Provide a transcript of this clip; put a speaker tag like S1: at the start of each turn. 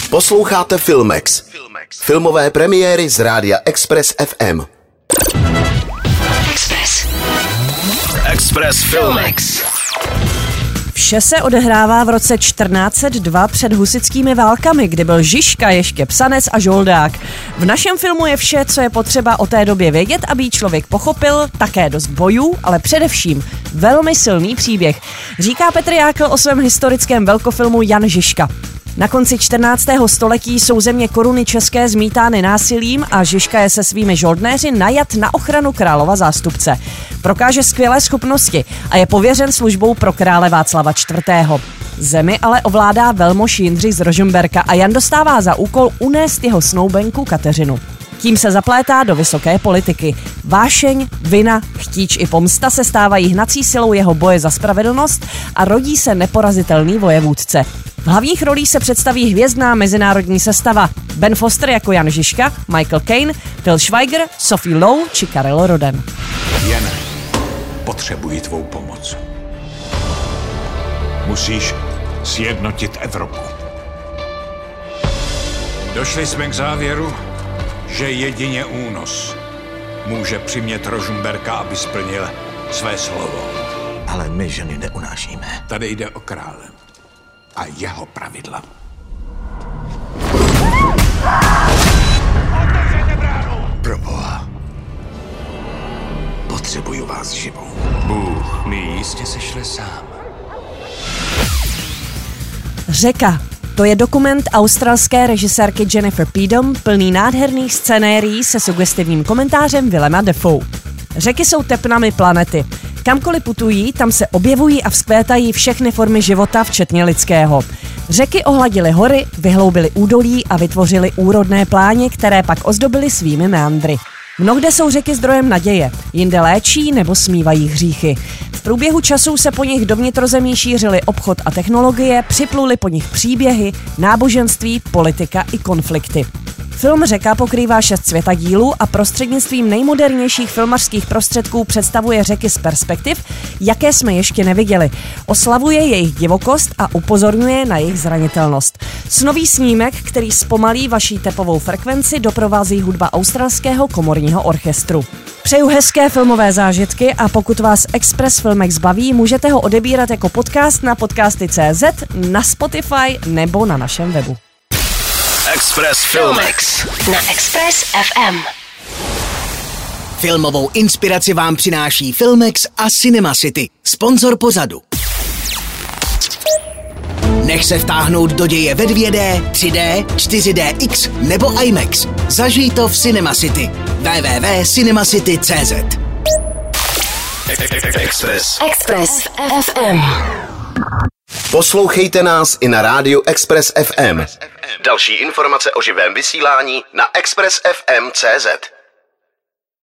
S1: Posloucháte Filmex. Filmové premiéry z rádia Express FM. Express Filmex.
S2: Vše se odehrává v roce 1402 před husitskými válkami, kdy byl Žižka, ještě psanec a žoldák. V našem filmu je vše, co je potřeba o té době vědět, aby ji člověk pochopil, také dost bojů, ale především velmi silný příběh. Říká Petr Jákl o svém historickém velkofilmu Jan Žižka. Na konci 14. století jsou země koruny české zmítány násilím a Žižka je se svými žoldnéři najat na ochranu králova zástupce. Prokáže skvělé schopnosti a je pověřen službou pro krále Václava IV. Zemi ale ovládá velmož Jindřich z Rožmberka a Jan dostává za úkol unést jeho snoubenku Kateřinu. Tím se zaplétá do vysoké politiky. Vášeň, vina, chtíč i pomsta se stávají hnací silou jeho boje za spravedlnost a rodí se neporazitelný vojevůdce. V hlavních rolích se představí hvězdná mezinárodní sestava. Ben Foster jako Jan Žižka, Michael Caine, Till Schweiger, Sophie Lowe či Karel Roden.
S3: Jane, potřebuji tvou pomoc. Musíš sjednotit Evropu. Došli jsme k závěru, že jedině únos může přimět Rožmberka, aby splnil své slovo.
S4: Ale my ženy neunášíme.
S3: Tady jde o krále a jeho pravidla. Otevřete bránu!
S4: Proboha. Potřebuju vás živou.
S3: Bůh mi jistě sešle sám.
S2: Řeka. To je dokument australské režisérky Jennifer Peedom, plný nádherných scenérií se sugestivním komentářem Willema Dafoe. Řeky jsou tepnami planety. Kamkoliv putují, tam se objevují a vzkvétají všechny formy života, včetně lidského. Řeky ohladily hory, vyhloubily údolí a vytvořily úrodné pláně, které pak ozdobily svými meandry. Mnohde jsou řeky zdrojem naděje, jinde léčí nebo smívají hříchy. V průběhu časů se po nich do vnitrozemí šířily obchod a technologie, připluly po nich příběhy, náboženství, politika i konflikty. Film Řeka pokrývá 6 světadílů a prostřednictvím nejmodernějších filmařských prostředků představuje řeky z perspektiv, jaké jsme ještě neviděli. Oslavuje jejich divokost a upozorňuje na jejich zranitelnost. Snový snímek, který zpomalí vaší tepovou frekvenci, doprovází hudba australského komorního orchestru. Přeju hezké filmové zážitky a pokud vás Express Filmex baví, můžete ho odebírat jako podcast na podcasty.cz, na Spotify nebo na našem webu.
S1: Express Filmex
S5: na Express FM.
S6: Filmovou inspiraci vám přináší Filmex a Cinema City, sponzor pořadu. Nech se vtáhnout do děje ve 2D, 3D, 4DX nebo IMAX. Zažij to v Cinema City. www.cinemacity.cz.
S5: Express FM.
S1: Poslouchejte nás i na rádiu Express FM. Další informace o živém vysílání na expressfm.cz.